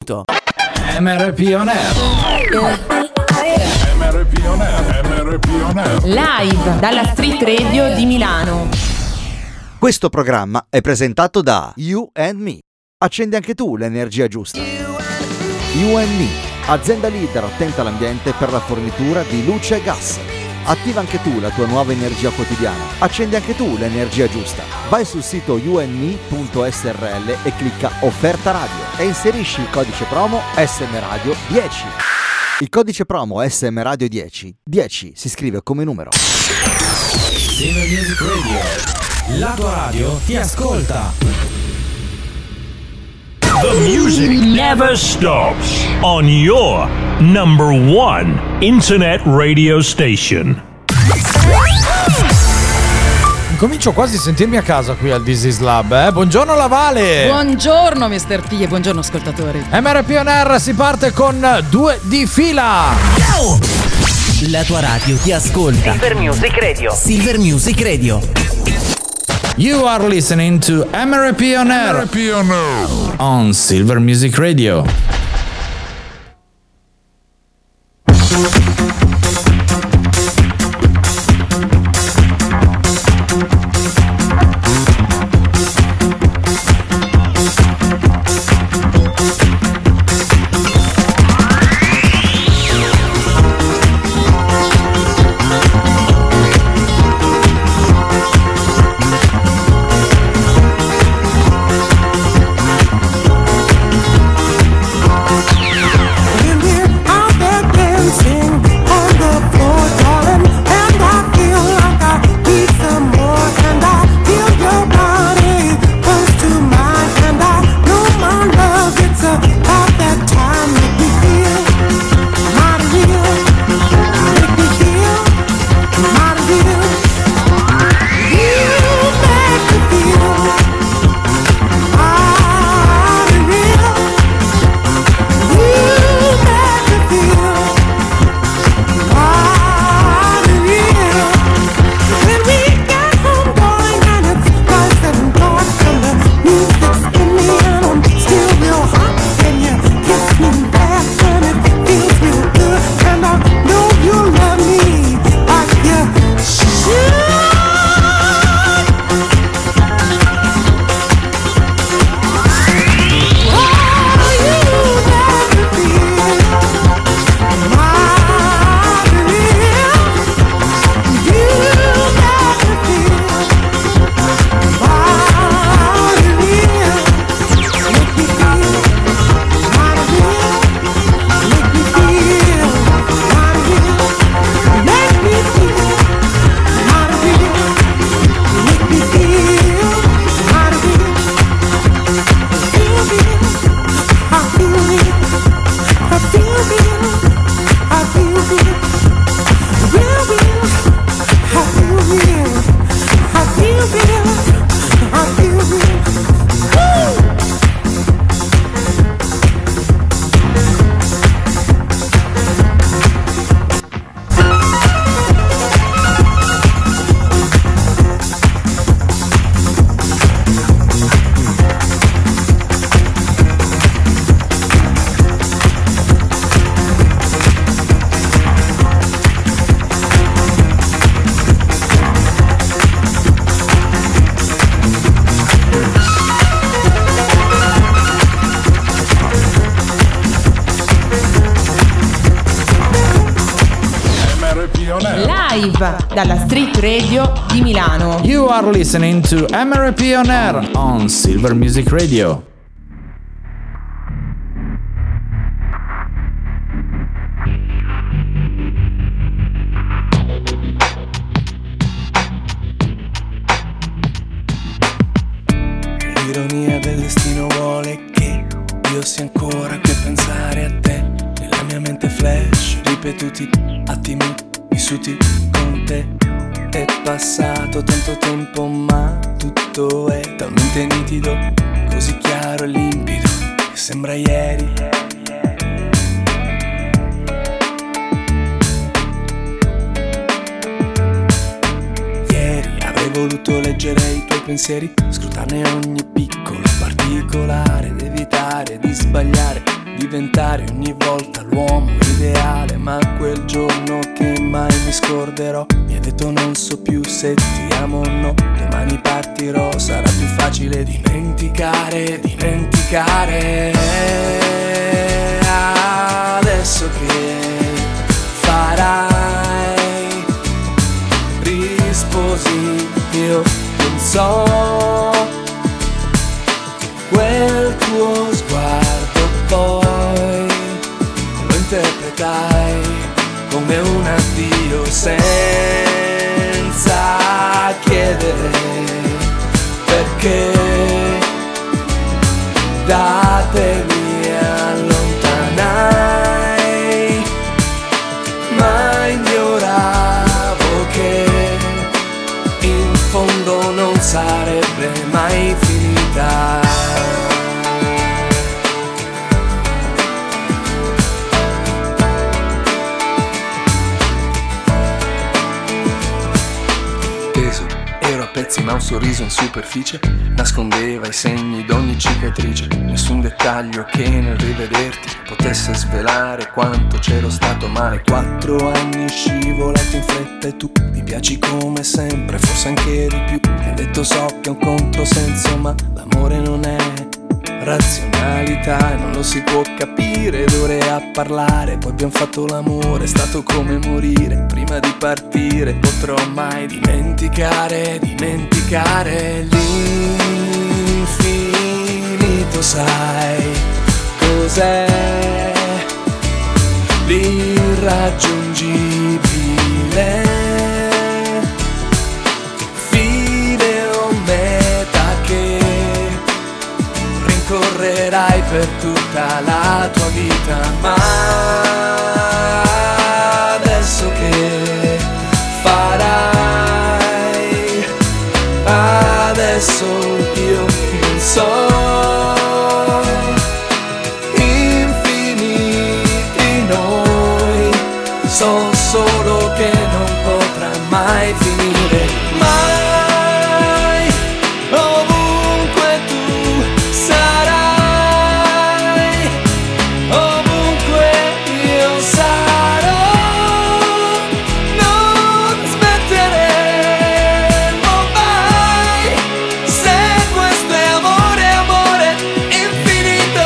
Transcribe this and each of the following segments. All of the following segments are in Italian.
conosciuto. MRP On Air. MRP On Air. MRP On Air. Live dalla Street Radio di Milano. Questo programma è presentato da You and Me. Accendi anche tu l'energia giusta. You and Me, azienda leader attenta all'ambiente per la fornitura di luce e gas. Attiva anche tu la tua nuova energia quotidiana. Accendi anche tu l'energia giusta. Vai sul sito youandme.srl e clicca Offerta Radio e inserisci il codice promo SM Radio 10. Il codice promo SM Radio 10 si scrive come numero. Silver Music Radio. La tua radio ti ascolta. The music never stops on your number one internet radio station. Comincio quasi a sentirmi a casa qui al This Is Lab, Buongiorno Lavale. Buongiorno Mr. P e buongiorno ascoltatori. MRP On Air si parte con 2 di fila. La tua radio ti ascolta. Silver Music Radio. Silver Music Radio. You are listening to MRP On Air. MRP On Air. On Silver Music Radio. Live dalla Street Radio di Milano. You are listening to MRP On Air on Silver Music Radio. L'ironia del destino vuole che io sia ancora qui a pensare a te. Nella mia mente flash, ripetuti attimi vissuti con te. È passato tanto tempo ma tutto è talmente nitido, così chiaro e limpido che sembra ieri. Ieri avrei voluto leggere i tuoi pensieri, scrutarne ogni piccolo particolare ed evitare di sbagliare, diventare ogni volta l'uomo ideale. Ma quel giorno che mai mi scorderò mi ha detto non so più se ti amo o no, domani partirò, sarà più facile dimenticare, dimenticare. Adesso che farai? Risposi io non so, quel tuo sguardo poi lo interpretai come un addio senza chiedere perché da te mi allontanai, ma ignoravo che in fondo non sarebbe mai finita. Ero a pezzi ma un sorriso in superficie nascondeva i segni d'ogni cicatrice. Nessun dettaglio che nel rivederti potesse svelare quanto c'ero stato male. 4 anni scivolati in fretta e tu mi piaci come sempre, forse anche di più. Mi hai detto so che è un controsenso, ma l'amore non è razionalità e non lo si può capire d'ore a parlare. Poi abbiamo fatto l'amore, è stato come morire. Prima di partire potrò mai dimenticare, dimenticare l'infinito. Sai cos'è? L'irraggiungibile, fine o meta che correrai per tutta la tua vita. Ma adesso che farai? Adesso io non so. Infiniti noi, so solo che non potrà mai finire. Mai, ovunque tu sarai, ovunque io sarò, non smetteremo mai, se questo è amore, amore infinito.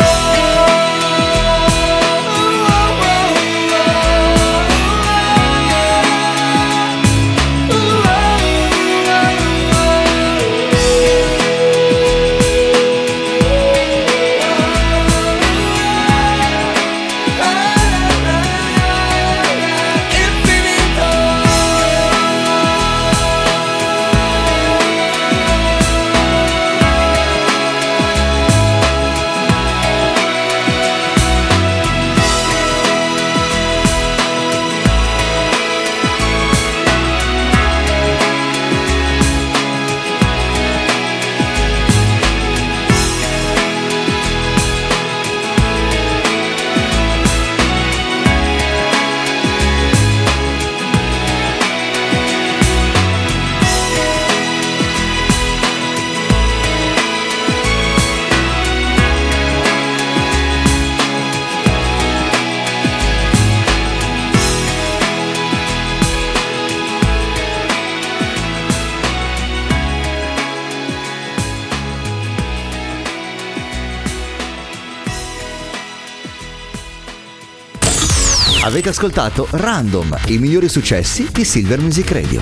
Avete ascoltato Random, i migliori successi di Silver Music Radio.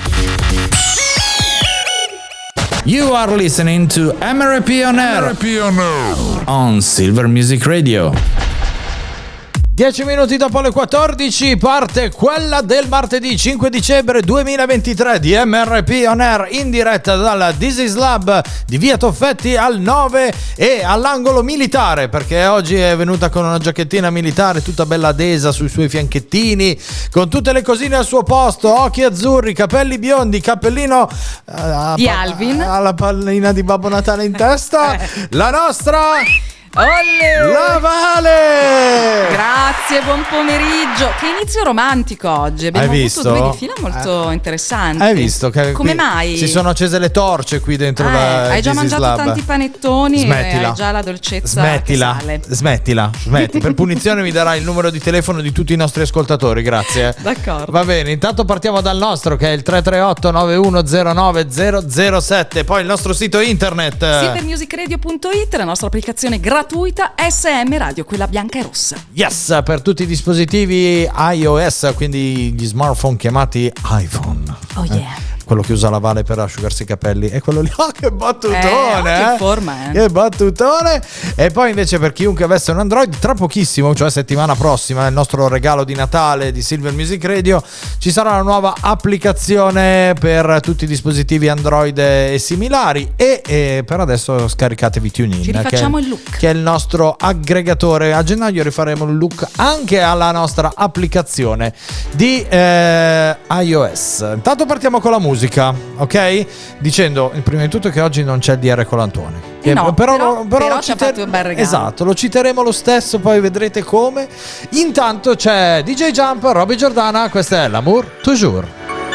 You are listening to MRP On Air on Silver Music Radio. 10 minuti dopo le 14 parte quella del martedì 5 dicembre 2023 di MRP On Air in diretta dalla This Is Lab di Via Toffetti al 9 e all'angolo militare, perché oggi è venuta con una giacchettina militare tutta bella adesa sui suoi fianchettini, con tutte le cosine al suo posto, occhi azzurri, capelli biondi, cappellino di Alvin, alla pallina di Babbo Natale in testa, la nostra Olle! La Vale! Grazie, buon pomeriggio. Che inizio romantico oggi. Abbiamo avuto 2 di fila molto interessanti. Hai visto? Che come mai? Si sono accese le torce qui dentro la hai già This mangiato Lab. tanti panettoni. Smettila. E hai già la dolcezza che sale. Smetti. Per punizione mi darai il numero di telefono di tutti i nostri ascoltatori, grazie. D'accordo. Va bene, intanto partiamo dal nostro, che è il 338 9109 007. Poi il nostro sito internet silvermusicradio.it, la nostra applicazione gratuita SM Radio, quella bianca e rossa. Yes, per tutti i dispositivi iOS, quindi gli smartphone chiamati iPhone. Oh yeah. Quello che usa la Vale per asciugarsi i capelli è quello lì. Oh, che battutone! Che forma, Che battutone! E poi invece per chiunque avesse un Android, tra pochissimo, cioè settimana prossima, il nostro regalo di Natale di Silver Music Radio, ci sarà una nuova applicazione per tutti i dispositivi Android e similari. E per adesso scaricatevi TuneIn, ci rifacciamo il look, che è il nostro aggregatore. A gennaio rifaremo il look anche alla nostra applicazione di iOS. Intanto partiamo con la musica, ok? Dicendo prima di tutto che oggi non c'è il DR Colantoni. No, però ci ha fatto un bel regalo. Esatto, lo citeremo lo stesso, poi vedrete come. Intanto c'è DJ Jump, Roby Giordana, questa è L'amour toujours.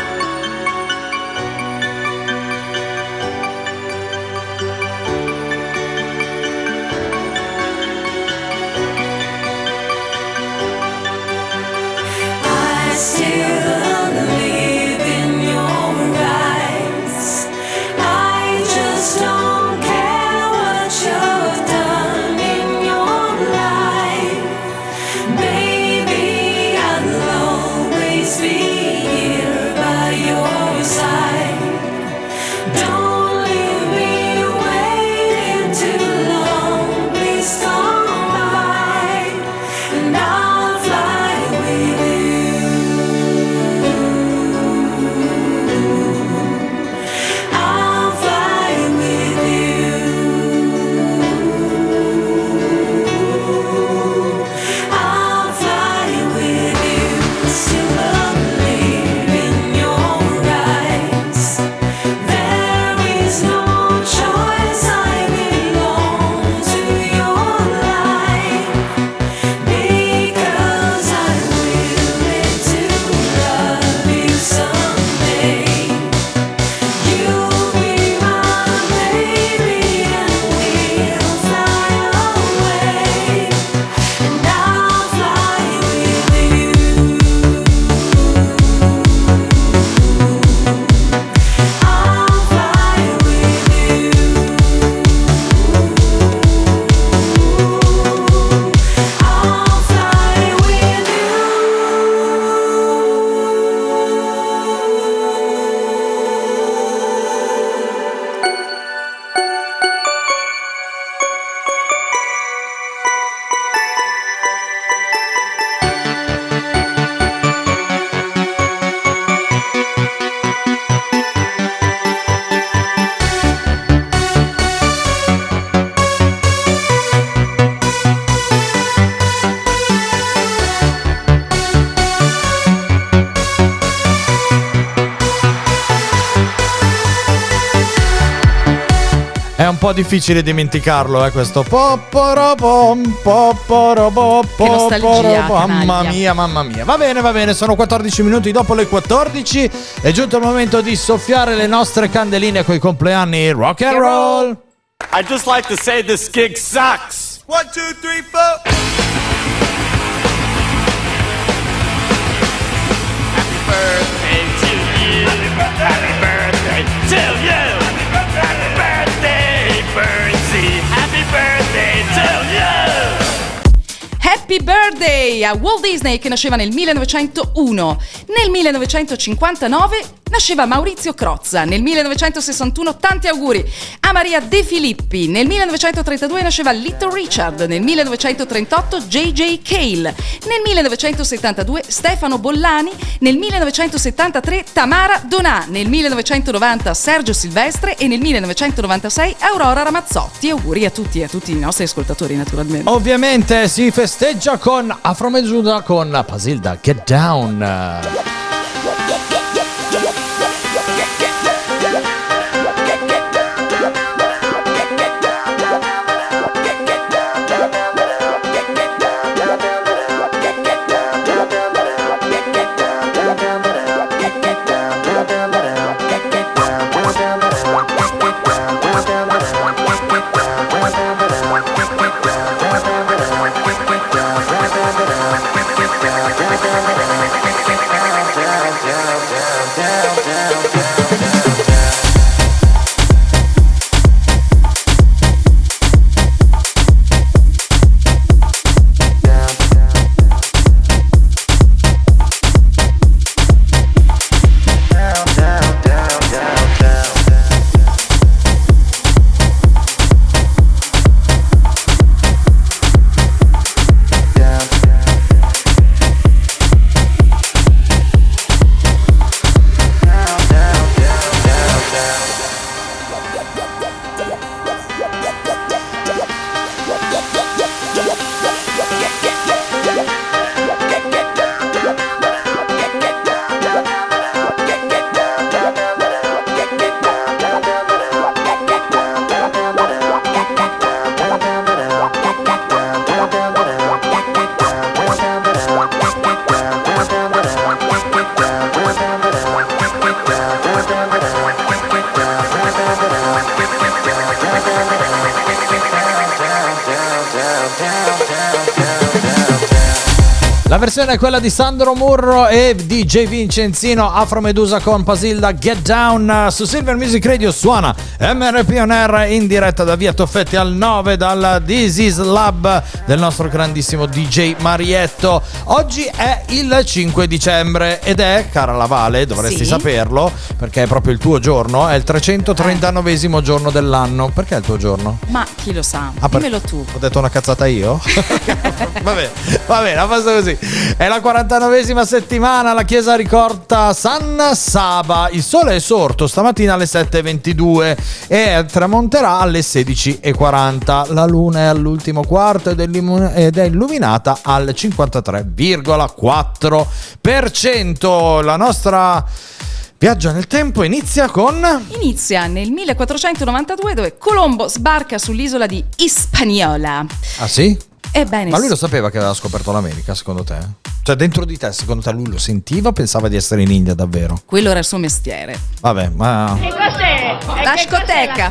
È un po' difficile dimenticarlo, questo. Che nostalgia, mamma mia. Va bene, sono 14 minuti dopo le 14. È giunto il momento di soffiare le nostre candeline coi compleanni rock and roll. I'd just like to say this gig sucks. 1, 2, 3, 4. Happy birthday to you. Happy birthday to you. Happy birthday, Birdsey. Happy birthday to you. Happy Birthday a Walt Disney, che nasceva nel 1901. Nel 1959 nasceva Maurizio Crozza. Nel 1961 tanti auguri a Maria De Filippi. Nel 1932 nasceva Little Richard. Nel 1938 J.J. Cale. Nel 1972 Stefano Bollani. Nel 1973 Tamara Donà. Nel 1990 Sergio Silvestre. E nel 1996 Aurora Ramazzotti. Auguri a tutti e a tutti i nostri ascoltatori, naturalmente. Ovviamente si festeggia con Afro Mezzuda con Pasilda Get Down. La versione è quella di Sandro Murro e DJ Vincenzino, Afro Medusa con Pasilda, Get Down. Su Silver Music Radio suona MRP On Air in diretta da Via Toffetti al 9 dal This Is Lab del nostro grandissimo DJ Marietto. Oggi è il 5 dicembre ed è, cara Lavale, dovresti saperlo perché è proprio il tuo giorno, è il 339esimo giorno dell'anno. Perché è il tuo giorno? Ma chi lo sa, dimmelo tu. Ho detto una cazzata io? Va bene, la passo così. È la 49esima settimana, la chiesa ricorda San Saba. Il sole è sorto stamattina alle 7:22 e tramonterà alle 16:40. La luna è all'ultimo quarto ed è illuminata al 53,4%. La nostra viaggio nel tempo inizia nel 1492, dove Colombo sbarca sull'isola di Hispaniola. Ah sì? Ebbene, ma lui lo sapeva che aveva scoperto l'America, secondo te? Cioè dentro di te, secondo te lui lo sentiva o pensava di essere in India davvero? Quello era il suo mestiere. Vabbè, ma... Che cos'è? La scoteca.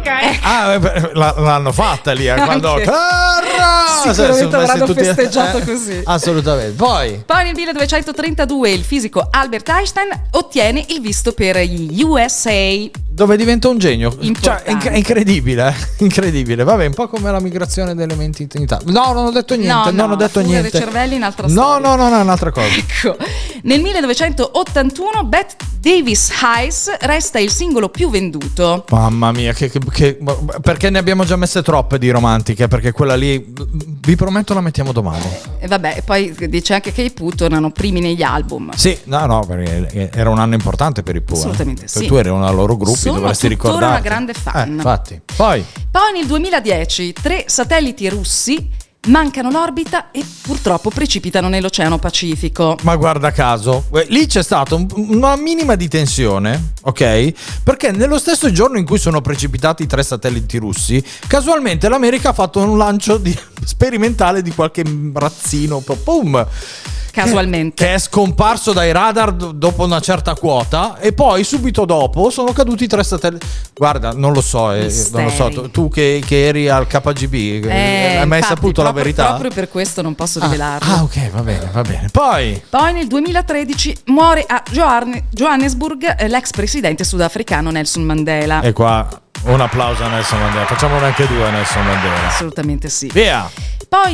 L'hanno fatta lì quando... Sicuramente avranno festeggiato così. Assolutamente. Poi nel 1232 il fisico Albert Einstein ottiene il visto per gli USA, dove diventa un genio. Cioè, è incredibile. Vabbè, un po' come la migrazione delle menti in Italia. No, non ho detto niente. Non ho detto niente. Dei cervelli, un'altra storia. No, è un'altra cosa. Ecco, nel 1981 Bette Davis Eyes resta il singolo più venduto. Mamma mia, perché ne abbiamo già messe troppe di romantiche, perché quella lì, vi prometto, la mettiamo domani. E vabbè, poi dice anche che i Pooh tornano primi negli album. Sì, no, perché era un anno importante per i Pooh. Assolutamente sì. Tu eri una loro gruppi, dovresti ricordare. Sono una grande fan. Infatti. Poi nel 2010 3 satelliti russi mancano l'orbita e purtroppo precipitano nell'Oceano Pacifico. Ma guarda caso, lì c'è stata una minima di tensione, ok? Perché nello stesso giorno in cui sono precipitati 3 satelliti russi, casualmente l'America ha fatto un lancio sperimentale di qualche razzino, boom! Casualmente. Che è scomparso dai radar dopo una certa quota e poi subito dopo sono caduti 3 satelliti. Guarda, non lo so, tu che eri al KGB, hai mai saputo la verità? Proprio per questo non posso rivelarlo. Ok, va bene. Poi nel 2013 muore a Johannesburg l'ex presidente sudafricano Nelson Mandela. E qua un applauso a Nelson Mandela, facciamone anche 2 a Nelson Mandela. Assolutamente sì. Via! Poi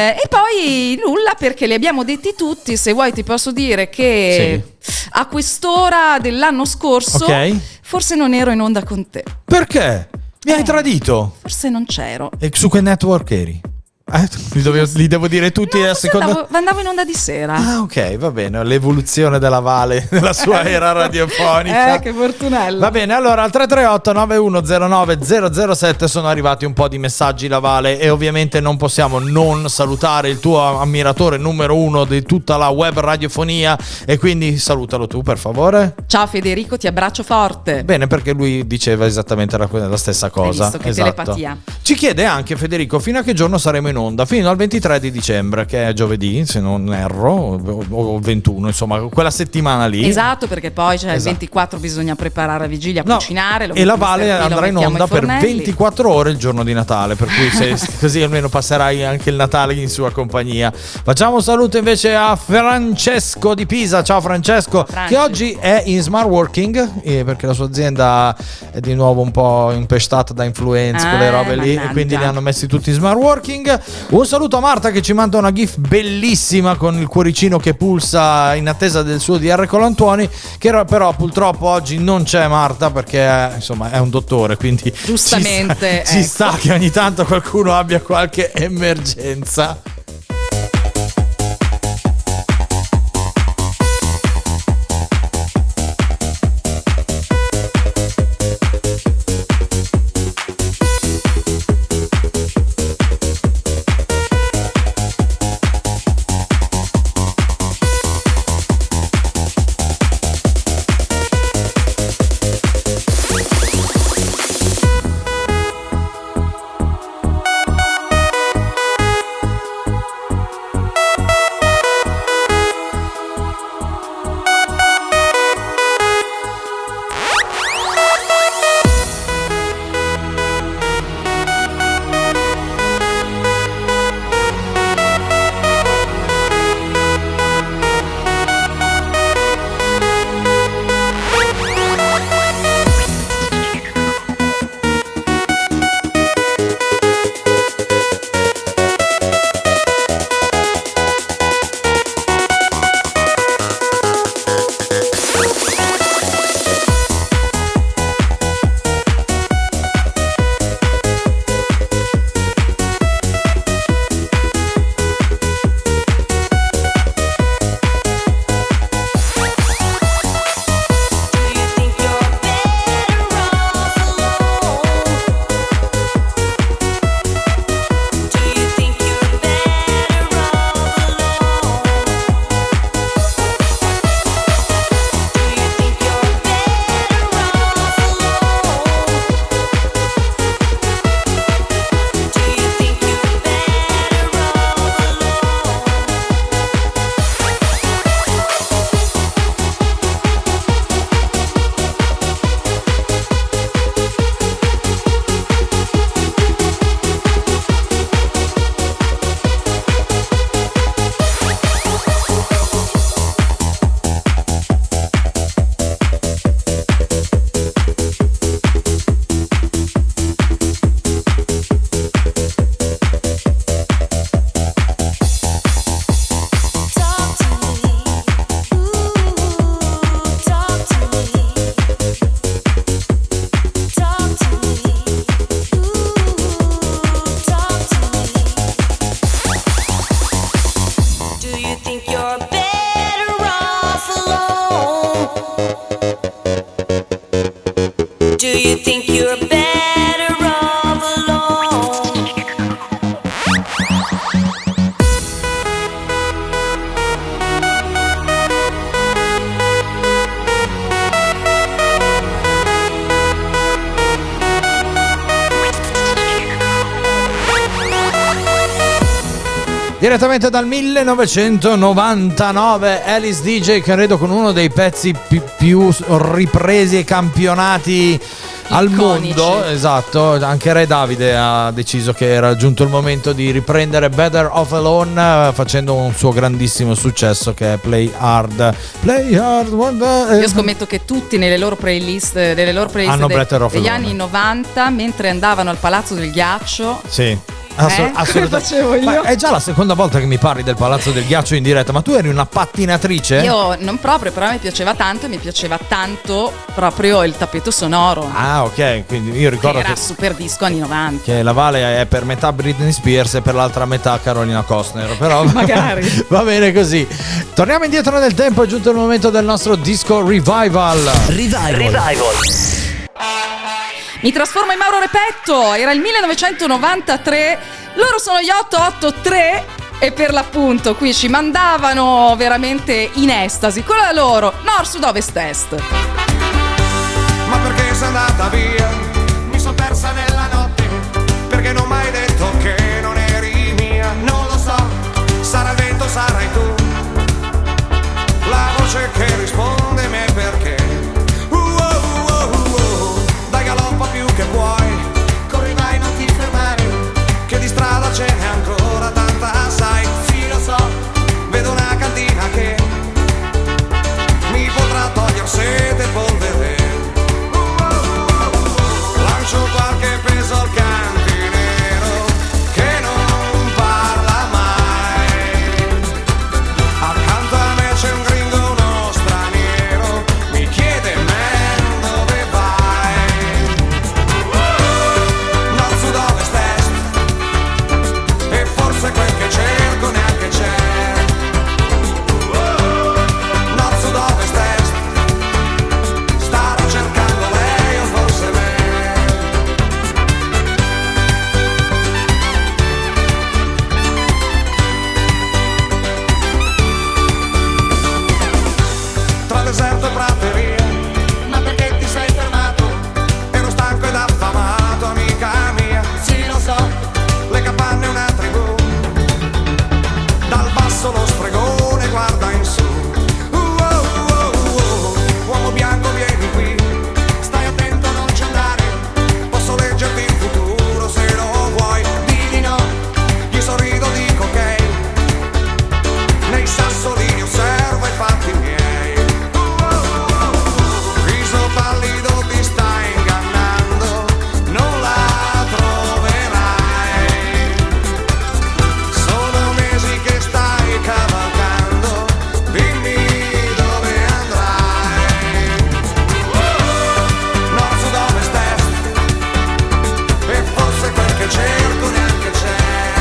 nulla, perché li abbiamo detti tutti. Se vuoi ti posso dire che a quest'ora dell'anno scorso forse non ero in onda con te. Perché? Mi hai tradito? Forse non c'ero. E su che network eri? Li devo dire tutti a seconda. Andavo in onda di sera. Ah, ok, va bene. L'evoluzione della Vale nella sua era radiofonica. Che fortunello. Va bene, allora al 338-9109-007 sono arrivati un po' di messaggi, la Vale, e ovviamente non possiamo non salutare il tuo ammiratore numero 1 di tutta la web radiofonia, e quindi salutalo tu, per favore. Ciao Federico, ti abbraccio forte. Bene, perché lui diceva esattamente la stessa cosa. Hai visto che telepatia. Ci chiede anche Federico fino a che giorno saremo in onda, fino al 23 di dicembre, che è giovedì, se non erro, o 21, insomma, quella settimana lì. Esatto, perché poi il 24 bisogna preparare la vigilia, cucinare. E la Vale andrà in onda per 24 ore il giorno di Natale, per cui così almeno passerai anche il Natale in sua compagnia. Facciamo un saluto invece a Francesco di Pisa. Ciao Francesco, che oggi è in smart working, perché la sua azienda è di nuovo un po' impestata da influenze, quelle robe lì, e quindi li hanno messi tutti in smart working. Un saluto a Marta che ci manda una gif bellissima con il cuoricino che pulsa in attesa del suo DR Colantuoni, che però purtroppo oggi non c'è Marta perché insomma è un dottore, quindi giustamente ci sta che ogni tanto qualcuno abbia qualche emergenza. you think you're better off alone? Do you think you're better off alone? Direttamente dal 1999 Alice DJ, credo con uno dei pezzi più ripresi e campionati al mondo. Esatto, anche Re Davide ha deciso che era giunto il momento di riprendere Better Off Alone, facendo un suo grandissimo successo che è Play Hard. Io scommetto che tutti nelle loro playlist hanno Better Off degli Alone. anni 90, mentre andavano al Palazzo del Ghiaccio. Sì. Come facevo io? Ma è già la seconda volta che mi parli del Palazzo del Ghiaccio in diretta, ma tu eri una pattinatrice? Io non proprio, però mi piaceva tanto proprio il tappeto sonoro. Ah, ok, quindi io ricordo che era super disco anni 90. che la Vale è per metà Britney Spears e per l'altra metà Carolina Costner, però magari va bene così. Torniamo indietro nel tempo, è giunto il momento del nostro disco Revival. Mi trasformo in Mauro Repetto, era il 1993, loro sono gli 883 e per l'appunto qui ci mandavano veramente in estasi con la loro Nord, Sud, Ovest, Est. Ma perché sei andata via? Mi son persa nella notte, perché non m'hai detto che non eri mia. Non lo so, sarà il vento, sarai tu, la voce che risponde me perché. Più che puoi, corri vai, non ti fermare, che di strada ce n'è ancora tanta, sai. Sì, lo so, vedo una cantina che mi potrà togliere sete e polvere. Lancio qualche peso al cantinero che non parla mai. Accanto a me c'è un gringo, uno straniero, mi chiede man dove vai. Quel che cerco neanche c'è. Nord, Sud, Ovest, Est, starò cercando lei o forse me. Tra deserto e prateria, ma perché ti sei fermato? Ero stanco ed affamato, amica mia. Sì, lo so, le capanne una tribù, dal basso lo stregone guarda in su. Uomo bianco vieni qui, stai attento non ci andare, posso leggerti il futuro se lo vuoi. Digli no, gli sorrido, dico ok, nei sassolini osservo i fatti miei. Viso pallido ti sta ingannando, non la troverai. Sono mesi che stai cavalcando, dimmi dove andrai. Nord, Sud, Ovest, Est, e forse quel che cerco neanche c'è.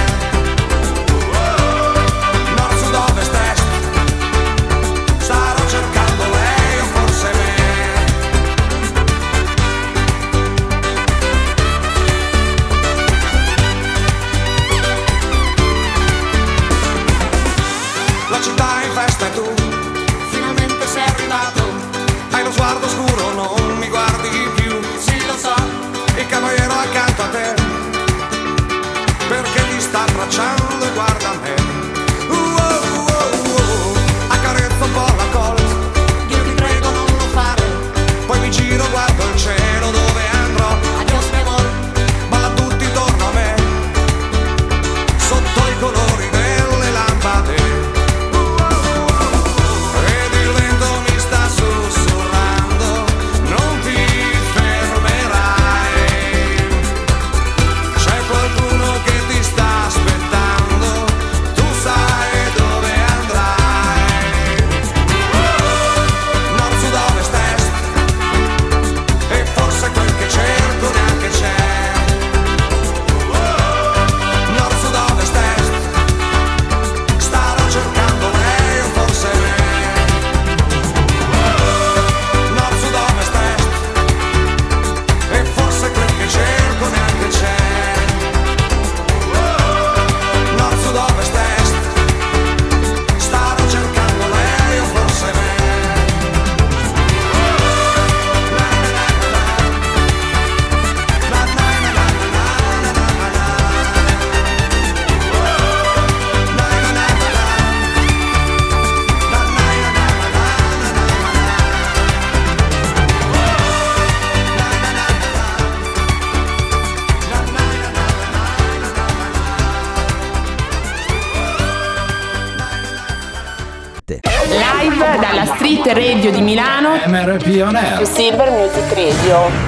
Nord, Sud, Ovest, Est, starò cercando lei o forse me. La città è in festa e tu finalmente sei arrivato. Hai lo sguardo scuro, non mi guardi più. Sì, lo so, il cavaliere accanto a te, perché ti sta abbracciando e guarda me. Accarezzo un po' la colla, io ti prego non lo fare. Poi mi giro, guardo il cielo dove andrò. Adios mi amor, balla tutti intorno a me, sotto i colori delle lampade. Ed il vento mi sta sussurrando, non ti fermerai. C'è qualcuno che ti sta aspettando. Live dalla Street Radio di Milano. MRP On Air. Su Silver Music Radio.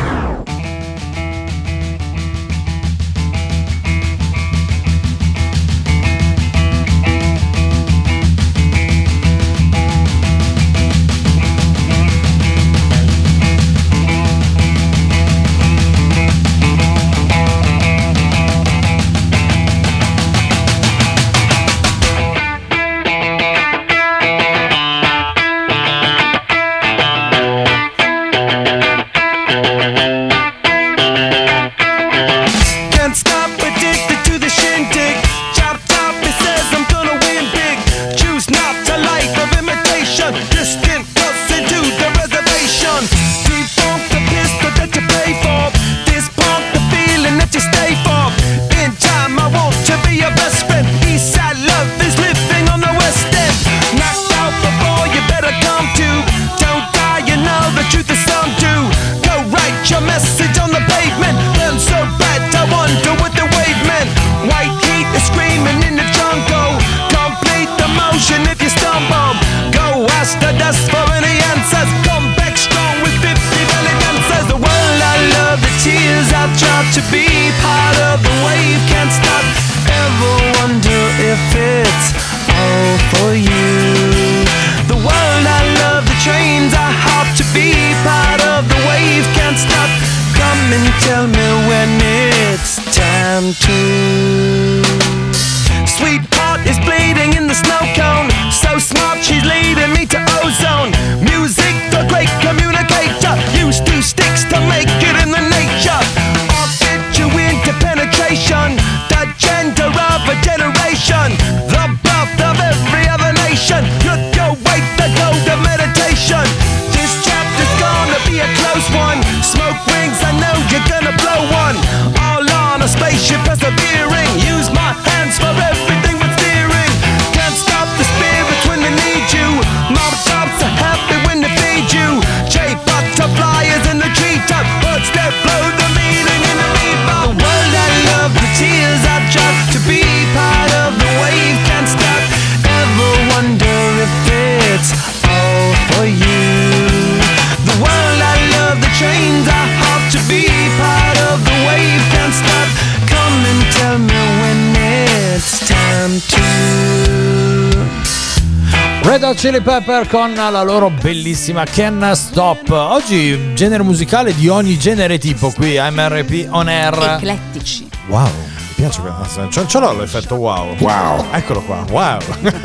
Red Hot Chili Pepper con la loro bellissima Can't Stop. Oggi genere musicale di ogni genere tipo qui a MRP On Air. Eclettici. Wow, mi piace questa. Ce l'ho l'effetto wow. Wow. Eccolo qua. Wow.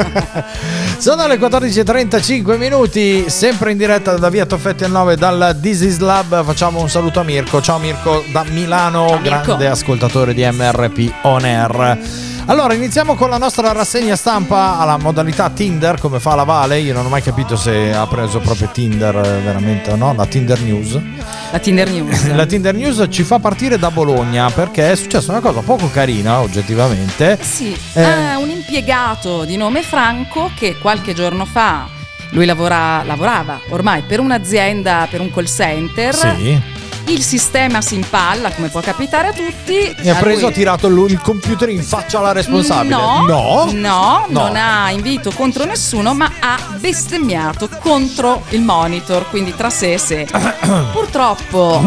Sono le 14:35 minuti, sempre in diretta da via Toffetti al 9 dal This Is Lab. Facciamo un saluto a Mirko. Ciao Mirko da Milano. Ciao, Mirko. Grande ascoltatore di MRP On Air. Allora, iniziamo con la nostra rassegna stampa alla modalità Tinder, come fa la Vale. Io non ho mai capito se ha preso proprio Tinder veramente o no, la Tinder News. La Tinder News. La Tinder News ci fa partire da Bologna perché è successa una cosa poco carina, oggettivamente. Sì, un impiegato di nome Franco che qualche giorno fa, lui lavorava ormai per un'azienda, per un call center. Sì. Il sistema si impalla, come può capitare a tutti. E ha tirato il computer in faccia alla responsabile. No, non ha invito contro nessuno, ma ha bestemmiato contro il monitor, quindi tra sé e sé. Purtroppo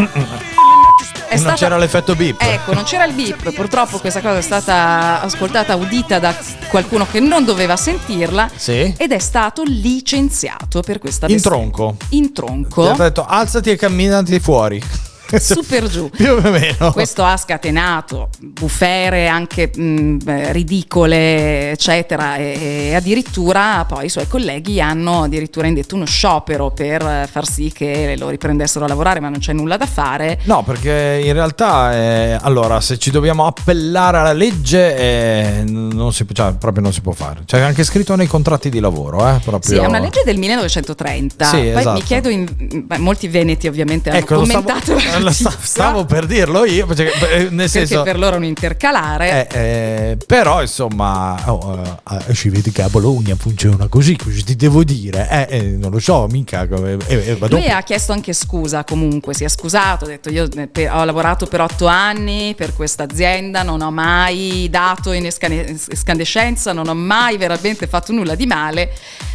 non c'era l'effetto beep. Ecco, non c'era il beep. Purtroppo questa cosa è stata ascoltata, udita da qualcuno che non doveva sentirla. Sì. Ed è stato licenziato per questa In tronco. Ti ha detto alzati e camminati fuori. Super giù. Più o meno. Questo ha scatenato bufere anche ridicole, eccetera, e addirittura poi i suoi colleghi hanno addirittura indetto uno sciopero per far sì che lo riprendessero a lavorare, ma non c'è nulla da fare. No, perché in realtà allora, se ci dobbiamo appellare alla legge proprio non si può fare. C'è anche scritto nei contratti di lavoro, proprio. Sì, è una legge del 1930. Sì, poi esatto. Mi chiedo, molti veneti ovviamente hanno commentato. Stavo per dirlo io, nel senso, perché per loro è un intercalare. Però insomma ci vedi che a Bologna funziona così ti devo dire, non lo so mica. Lui ha chiesto anche scusa, comunque si è scusato, ha detto io ho lavorato per 8 anni per questa azienda, non ho mai dato in escandescenza, non ho mai veramente fatto nulla di male,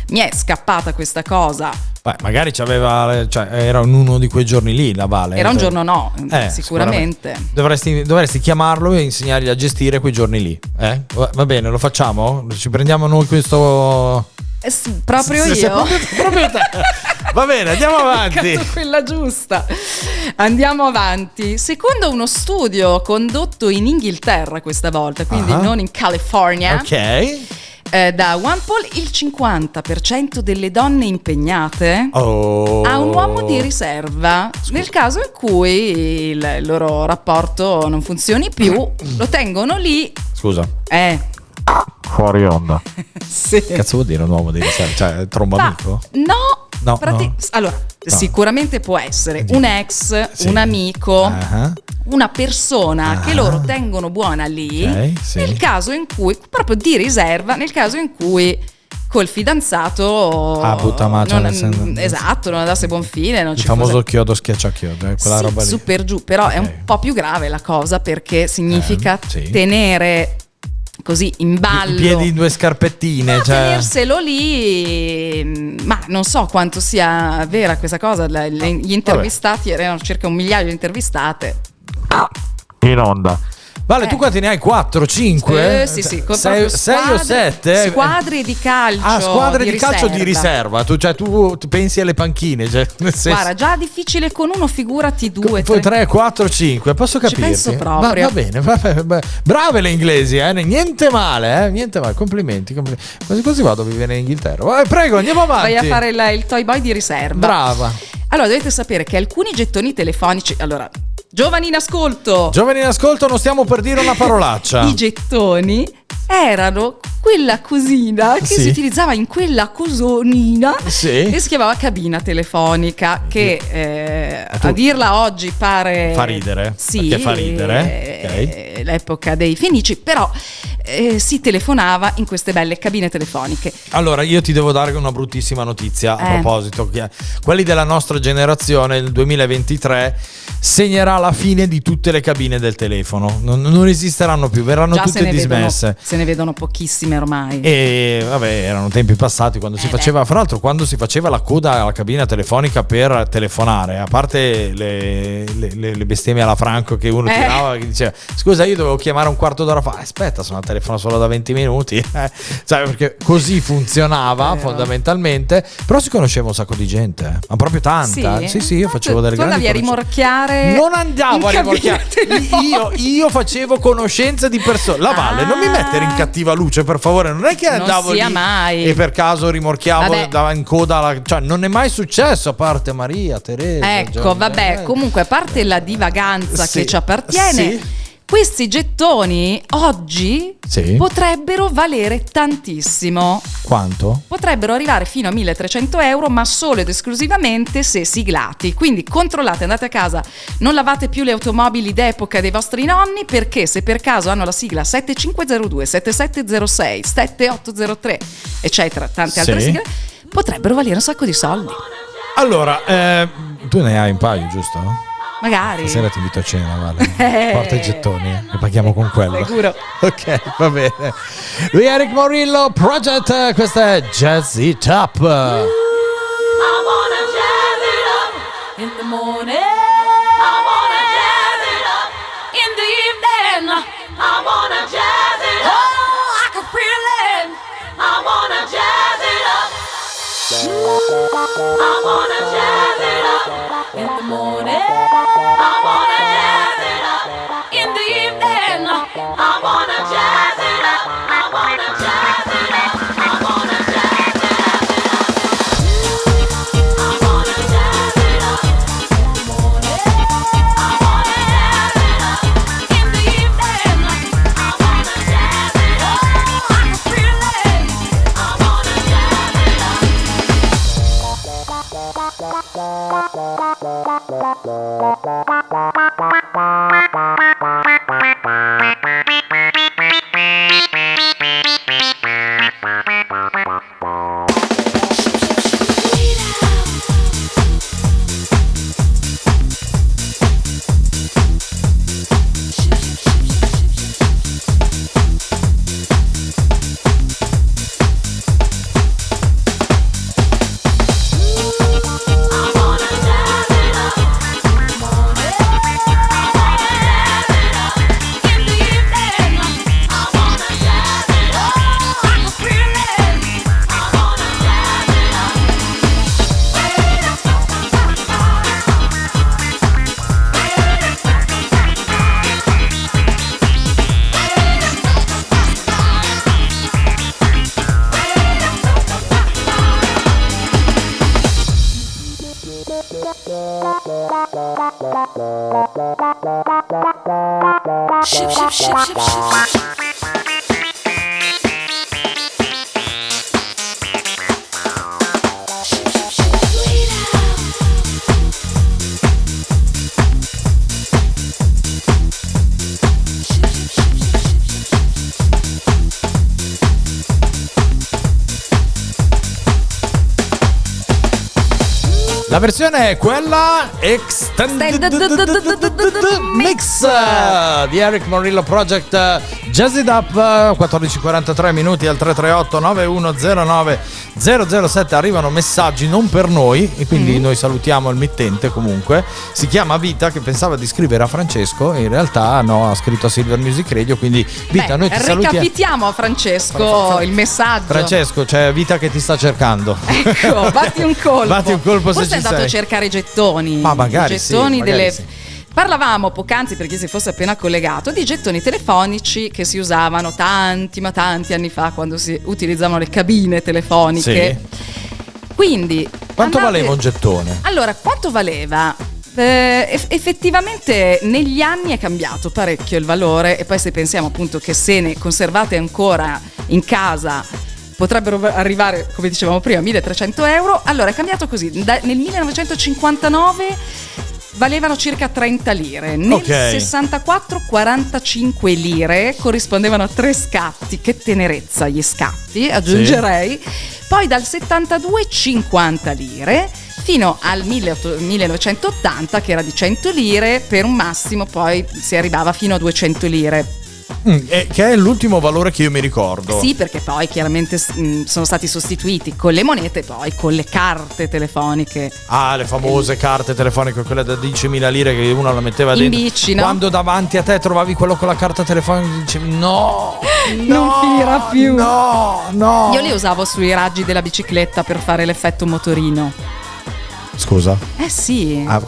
Mi è scappata questa cosa. Beh, magari era in uno di quei giorni lì la Vale. Era un giorno sicuramente. Dovresti chiamarlo e insegnargli a gestire quei giorni lì. Va bene, lo facciamo? Ci prendiamo noi questo... proprio io? Proprio te. Va bene, andiamo avanti. Quella giusta. Andiamo avanti. Secondo uno studio condotto in Inghilterra questa volta, quindi non in California. Ok. Da OnePoll il 50% delle donne impegnate ha un uomo di riserva. Nel caso in cui il loro rapporto non funzioni più, lo tengono lì. Scusa. Fuori onda. Sì. Cazzo vuol dire un uomo di riserva? Cioè, tromba amico? No. Allora, sicuramente può essere un ex, un amico, una persona che loro tengono buona lì, nel caso in cui, proprio di riserva, nel caso in cui col fidanzato esatto, non andasse a buon fine, non il ci famoso fosse... chiodo schiaccia chiodo, quella roba lì. Su per giù, però è un po' più grave la cosa, perché significa tenere così in ballo i piedi in due scarpettine, tenerselo lì, ma non so quanto sia vera questa cosa. Gli intervistati erano circa 1 migliaio di intervistate in onda. Vale, tu quanti ne hai? 4, 5? Sì, 6 o 7? Squadre di calcio. Squadre di calcio di riserva. Tu pensi alle panchine. Guarda, già difficile con uno, figurati 2, 3, 4, 5. Posso capirti? Ci penso proprio. Va bene. Brave le inglesi, niente male, niente male. Complimenti. Così vado a vivere in Inghilterra. Prego, andiamo avanti. Vai a fare il toy boy di riserva. Brava. Allora, dovete sapere che alcuni gettoni telefonici... Allora, giovani in ascolto, non stiamo per dire una parolaccia. I gettoni erano quella cosina che si utilizzava in quella cosonina che si chiamava cabina telefonica, che a dirla oggi pare fa ridere. Sì, perché fa ridere. L'epoca dei Fenici, però si telefonava in queste belle cabine telefoniche. Allora, io ti devo dare una bruttissima notizia a proposito. Quelli della nostra generazione, il 2023 segnerà la fine di tutte le cabine del telefono. Non esisteranno più, verranno tutte dismesse. Se ne vedono pochissime ormai. E vabbè, erano tempi passati quando si faceva, fra l'altro, quando si faceva la coda alla cabina telefonica per telefonare, a parte le bestemmie alla Franco che uno tirava, che diceva scusa, io dovevo chiamare un quarto d'ora fa, aspetta, sono al telefono solo da 20 minuti. Sai, perché così funzionava fondamentalmente. Però si conosceva un sacco di gente, ma proprio tanta. Sì, io facevo delle grandi andavi a rimorchiare. Non andavo a rimorchiare. Io facevo conoscenza di persone. La Valle, non mi mettere in cattiva luce, per favore. Non è che andavo lì mai. e per caso rimorchiavo in coda cioè, non è mai successo, a parte Maria, Teresa. Ecco, vabbè, comunque, a parte la divaganza che ci appartiene, questi gettoni oggi potrebbero valere tantissimo. Quanto? Potrebbero arrivare fino a 1.300 euro, ma solo ed esclusivamente se siglati. Quindi controllate, andate a casa, non lavate più le automobili d'epoca dei vostri nonni, perché se per caso hanno la sigla 7502, 7706, 7803, eccetera, tante altre sigle, potrebbero valere un sacco di soldi. Allora, tu ne hai un paio, giusto? Magari. Stasera ti invito a cena, Vale. Porta i gettoni, e paghiamo con quello. Sicuro. Ok, va bene. Lui è Eric Morillo, Project, questa è Jazz It Up. I wanna jazz it up in the morning. I wanna jazz it up in the evening. I wanna jazz it up. Oh, I can feel it. I wanna jazz it up. I wanna jazz it up in the morning. I wanna jazz it up in the evening. I wanna jazz it up. I wanna jazz it up. I wanna jazz it up. I wanna jazz it up in the morning. I wanna jazz it up in the evening. I wanna jazz it up. I can feel it. I wanna jazz it up. La versione è quella Extended Mix di Eric Morillo Project, Jazz It Up. 14:43 minuti al 338 9109 007 arrivano messaggi non per noi e quindi noi salutiamo il mittente. Comunque si chiama Vita, che pensava di scrivere a Francesco, in realtà no, ha scritto a Silver Music Radio, quindi Vita, noi ti salutiamo. Recapitiamo a Francesco il messaggio. Francesco, c'è Vita che ti sta cercando. Ecco, batti un colpo. Batti un colpo. Forse è andato a cercare gettoni. Ma magari gettoni sì, magari delle... sì. Parlavamo poc'anzi, per chi si fosse appena collegato, di gettoni telefonici che si usavano tanti anni fa, quando si utilizzavano le cabine telefoniche. Sì. Quindi quanto valeva un gettone? Allora, quanto valeva? Effettivamente negli anni è cambiato parecchio il valore, e poi se pensiamo appunto che se ne conservate ancora in casa potrebbero arrivare, come dicevamo prima, 1.300 euro. Allora è cambiato così: nel 1959 valevano circa 30 lire, nel 64 45 lire, corrispondevano a 3 scatti. Che tenerezza gli scatti, aggiungerei. Sì. Poi dal 72 50 lire fino al 1980, che era di 100 lire, per un massimo poi si arrivava fino a 200 lire. Che è l'ultimo valore che io mi ricordo. Sì, perché poi chiaramente sono stati sostituiti con le monete e poi con le carte telefoniche. Ah, le famose carte telefoniche, quelle da 10.000 lire che uno la metteva in dentro. Bici, no? Quando davanti a te trovavi quello con la carta telefonica, dicevi no, non finirà più. No. Io li usavo sui raggi della bicicletta per fare l'effetto motorino. Scusa? Sì. Ah,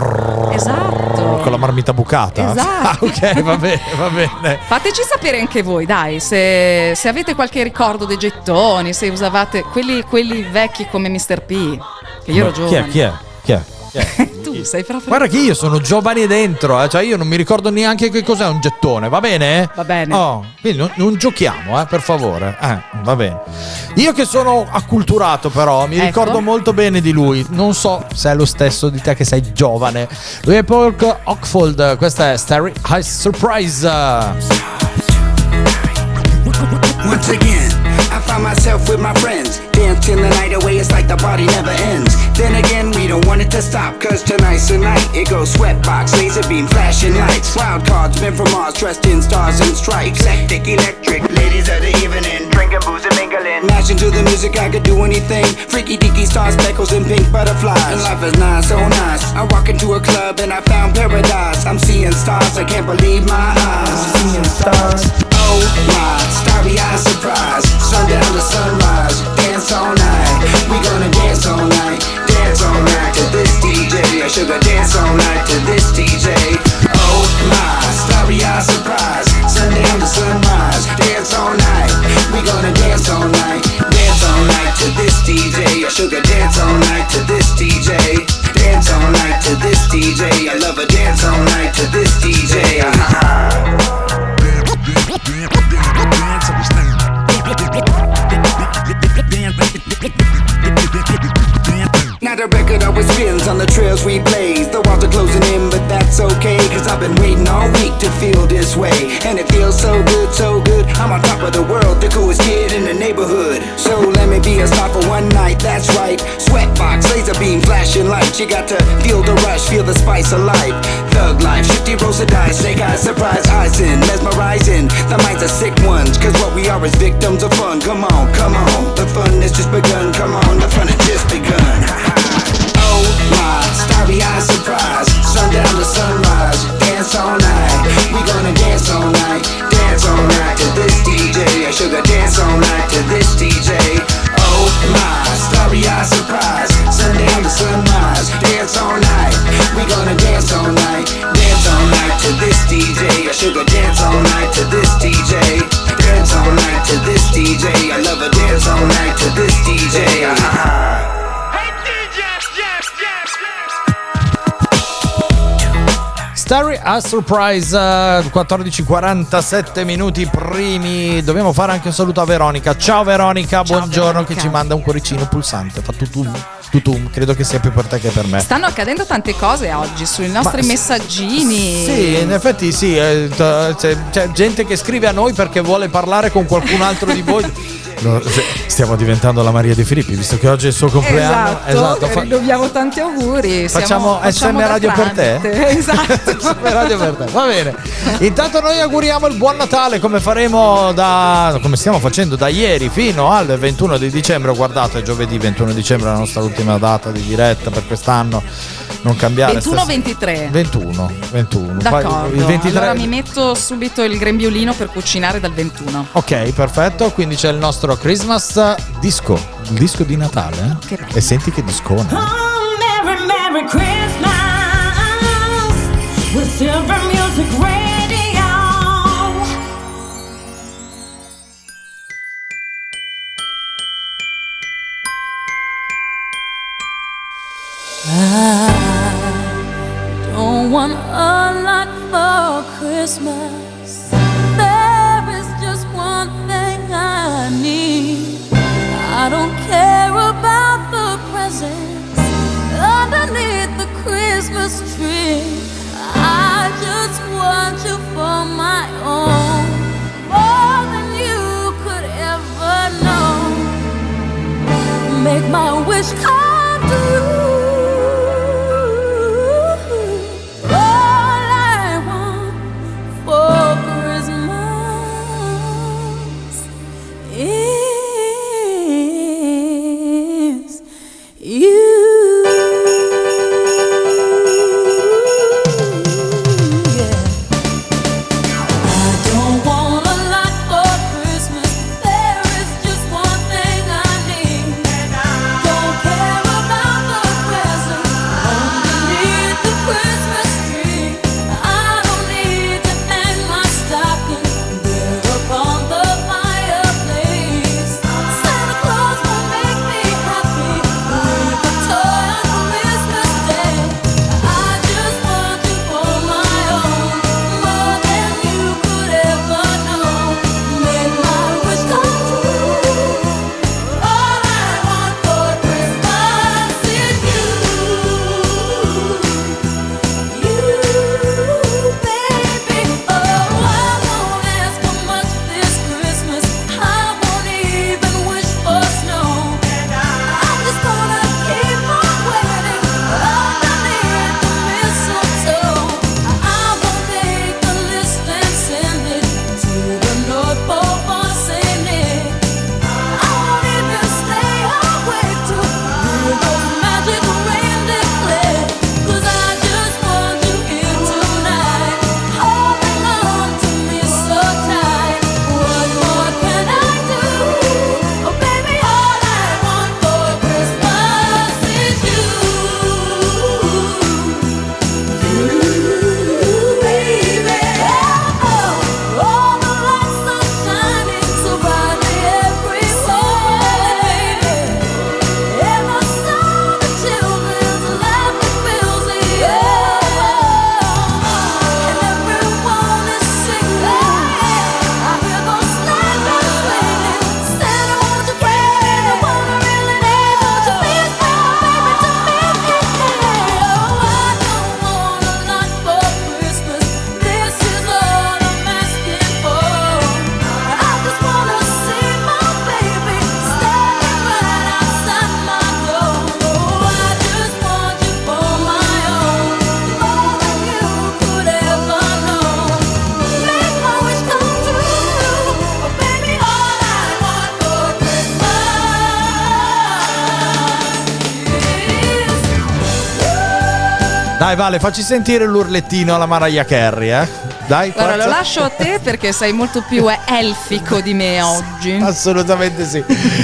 esatto. Con la marmita bucata? Esatto. Ah, ok, va bene. Fateci sapere anche voi, dai, se avete qualche ricordo dei gettoni, se usavate quelli vecchi come Mr. P, che io ero giovane. Chi è? Tu sei proprio... Guarda che io sono giovane dentro, cioè io non mi ricordo neanche che cos'è un gettone, va bene? Va bene. Oh, quindi non giochiamo, per favore. Va bene. Io che sono acculturato però, mi ricordo molto bene di lui. Non so se è lo stesso di te che sei giovane. Lui è Paul Ockfold, questa è Starry High Surprise. Once again, I find myself with my friends, dance till the night away, it's like the party never ends. Then again, we don't want it to stop, cause tonight's the night. It goes sweatbox, laser beam, flashing lights, wild cards, men from Mars, dressed in stars and stripes. Hectic, electric, ladies of the evening, drinking booze and mingling. Mashing to the music, I could do anything. Freaky deaky stars, speckles and pink butterflies. And life is nice, so nice. I walk into a club and I found paradise. I'm seeing stars, I can't believe my eyes. Seeing stars. Oh my, starry-eyed surprise. Sundown to sunrise, dance all night. We gonna dance all night, dance all night to this DJ. Sugar dance all night to this DJ. Oh my, starry-eyed surprise. Sundown to sunrise, dance all night. We gonna dance all night to this DJ. Sugar dance all night to this DJ. Dance all night to this DJ. I love a dance all night to this DJ. Now the record always spins on the trails we blaze. The walls are closing in, but that's okay, cause I've been waiting all week to feel this way. And it feels so good, so good. I'm on top of the world, the coolest kid in the neighborhood. So let me be a star for one night, that's right. Sweatbox, laser beam, flashing lights. You got to feel the rush, feel the spice of life. Thug life, shifty rolls of dice. Snake eyes, surprise eyes in, mesmerizing. The minds are sick ones, cause what we are is victims of fun. Come on, the fun has just begun. Come on, the fun has just begun. Oh my, starry-eyed surprise. Sundown to sunrise, dance all night. We gonna dance all night to this DJ. Sugar dance all night to this DJ. Oh my, starry-eyed surprise. Sundown to sunrise, dance all night. We gonna dance all night to this DJ. Sugar dance all night to this DJ. Dance all night to this DJ. I love a dance all night to this DJ. Mystery a Surprise, 14:47 minuti primi. Dobbiamo fare anche un saluto a Veronica. Ciao Veronica, Ciao, buongiorno, Veronica. che ci manda un cuoricino pulsante. Fa tutum. Credo che sia più per te che per me. Stanno accadendo tante cose oggi sui nostri messaggini. Sì, in effetti sì, c'è gente che scrive a noi perché vuole parlare con qualcun altro di voi. Stiamo diventando la Maria De Filippi, visto che oggi è il suo compleanno. Esatto. Dobbiamo tanti auguri. Facciamo SM Radio per te? Esatto. SM Radio per te, va bene. Intanto noi auguriamo il buon Natale, come faremo come stiamo facendo da ieri fino al 21 di dicembre. Guardate, giovedì 21 dicembre è la nostra ultima data di diretta per quest'anno. Non cambiare. 21 o 23? 21. D'accordo. Il 23... Allora mi metto subito il grembiulino per cucinare dal 21. Ok, perfetto. Quindi c'è il nostro Christmas disco, il disco di Natale. E senti che discone. Merry, Merry Christmas with Silver Music Radio. I don't want a lot for Christmas. There is just one thing I need. I don't care about the presents underneath the Christmas tree. I just want you for my own, more than you could ever know. Make my wish come true. All I want for Christmas is you. Dai Vale, facci sentire l'urlettino alla Mariah Carey, Dai, Guarda, forza. lo lascio a te perché sei molto più elfico di me oggi. Assolutamente sì.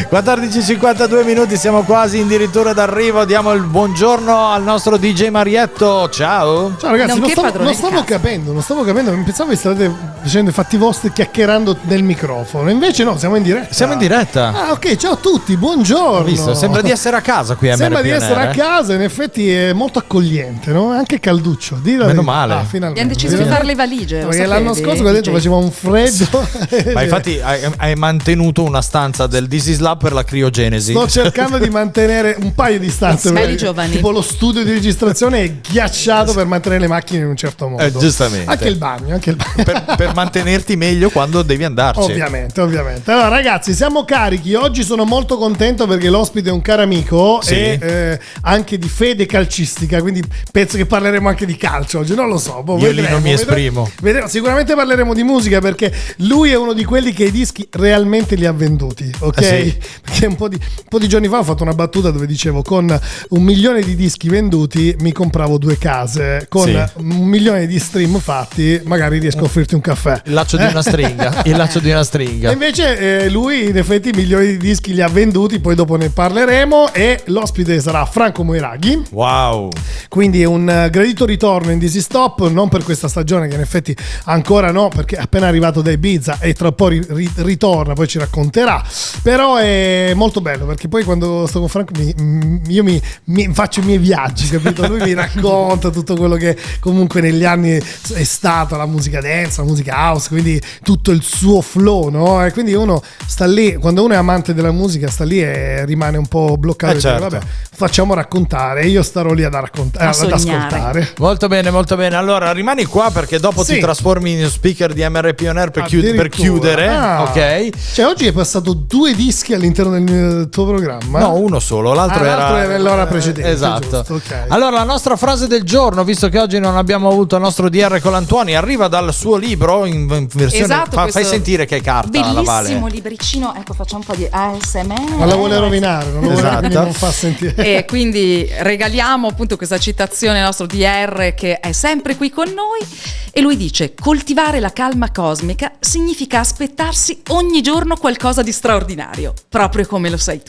14:52 minuti, siamo quasi addirittura d'arrivo. Diamo il buongiorno al nostro DJ Marietto. Ciao. Ciao ragazzi, Nonché padrone non di stavo capendo. Pensavo che state facendo i fatti vostri chiacchierando nel microfono. Invece no, siamo in diretta. Siamo in diretta. Ah, ok, ciao a tutti, buongiorno. Ho visto, sembra di essere a casa qui a Sembra MRP di essere On Air, a casa, in effetti è molto accogliente, no? È anche calduccio. Meno male. Abbiamo deciso di fare le valigie. lo Perché sapevi, l'anno scorso qua dentro DJ? faceva un freddo. Ma infatti hai mantenuto una stanza del This Is Lab per la criogenesi. Sto cercando di mantenere un paio di stanze. Belli giovani. Tipo lo studio di registrazione è ghiacciato per mantenere le macchine in un certo modo. Giustamente. Anche il bagno. Per mantenerti meglio quando devi andarci. Ovviamente. Allora ragazzi, siamo carichi. Oggi sono molto contento perché l'ospite è un caro amico e anche di fede calcistica, quindi penso che parleremo anche di calcio oggi, non lo so. Io lì non mi esprimo. Vedremo. Sicuramente parleremo di musica perché lui è uno di quelli che i dischi realmente li ha venduti, ok? Sì. Perché un po' di giorni fa ho fatto una battuta dove dicevo: con 1 milione di dischi venduti mi compravo 2 case, con 1 milione di stream fatti magari riesco a offrirti un caffè. Il laccio di una stringa. Il laccio di una stringa. E invece lui in effetti milioni di dischi li ha venduti, poi dopo ne parleremo. E l'ospite sarà Franco Moiraghi. Wow. Quindi è un gradito ritorno in Dizzy Stop, non per questa stagione che in effetti ancora no, perché è appena arrivato da Ibiza e tra un po' ritorna, poi ci racconterà. Però è molto bello perché poi quando sto con Franco io mi faccio i miei viaggi, capito? Lui mi racconta tutto quello che comunque negli anni è stata la musica dance, la musica house, quindi tutto il suo flow, no? E quindi uno sta lì, quando uno è amante della musica sta lì e rimane un po' bloccato. Certo. Vabbè, facciamo raccontare, io starò lì ad ascoltare. Molto bene, molto bene. Allora rimani qua perché dopo ti trasformi in speaker di MRP On Air per chiudere. Ok. Cioè oggi è passato 2 dischi all'interno del tuo programma? No, uno solo, l'altro era l'ora precedente. Esatto. Giusto, okay. Allora la nostra frase del giorno, visto che oggi non abbiamo avuto il nostro DR Colantuoni, arriva dal suo libro in versione fai sentire che è carta la Vale. Bellissimo libricino, ecco, facciamo un po' di ASMR. Ma la vuole rovinare, non fa sentire. E quindi regaliamo appunto questa citazione al nostro DR che è sempre qui con noi e lui dice: coltivare la calma cosmica significa aspettarsi ogni giorno qualcosa di straordinario, proprio come lo sai tu.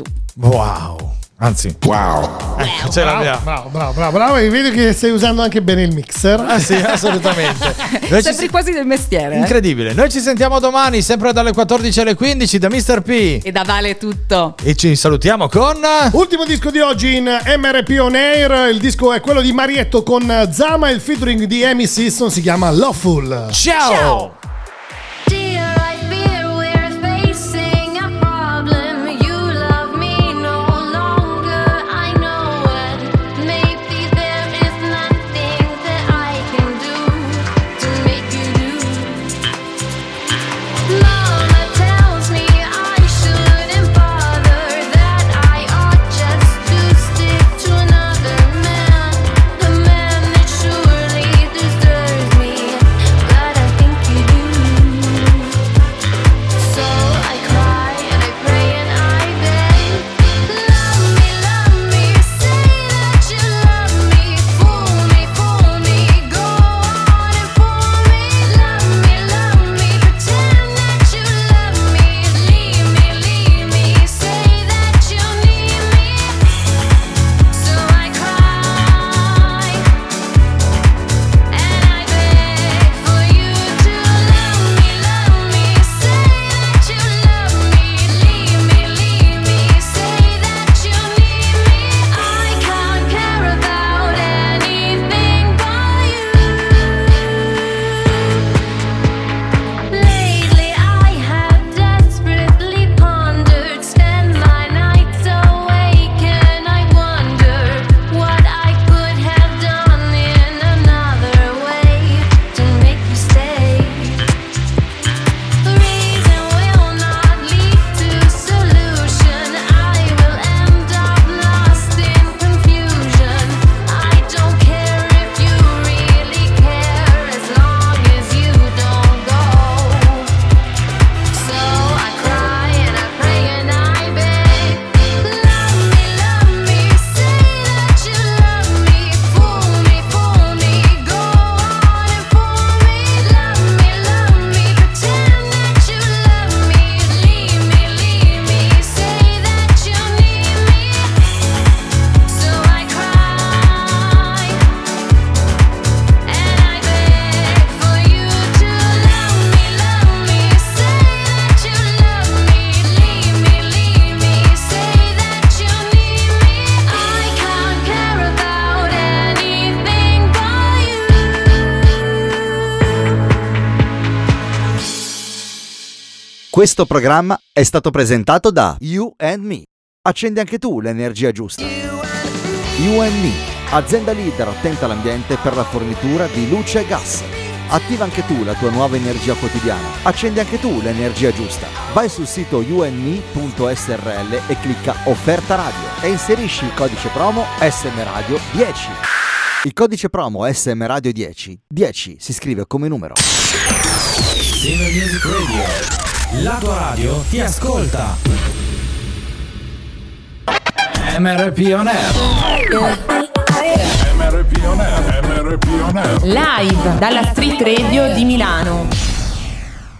Wow. Anzi, wow. Ecco, ce l'abbiamo. Bravo. E vedo che stai usando anche bene il mixer. Ah sì, assolutamente. Sembri quasi del mestiere. Incredibile. Noi ci sentiamo domani, sempre dalle 14 alle 15 da Mr. P. E da Vale tutto. E ci salutiamo con ultimo disco di oggi in MRP On Air. Il disco è quello di Marietto con Zama, il featuring di Amy Sisson, si chiama Loveful. Ciao. Surely deserves me, but I think you do. Questo programma è stato presentato da You and Me. Accendi anche tu l'energia giusta. You and Me, azienda leader attenta all'ambiente per la fornitura di luce e gas. Attiva anche tu la tua nuova energia quotidiana. Accendi anche tu l'energia giusta. Vai sul sito youndme.srl e clicca Offerta Radio e inserisci il codice promo SM Radio 10. Il codice promo SM Radio 10 si scrive come numero. Silver Music Radio. La tua radio ti ascolta. MRP On Air. MRP On Air. MRP On Air. Live dalla Street Radio di Milano.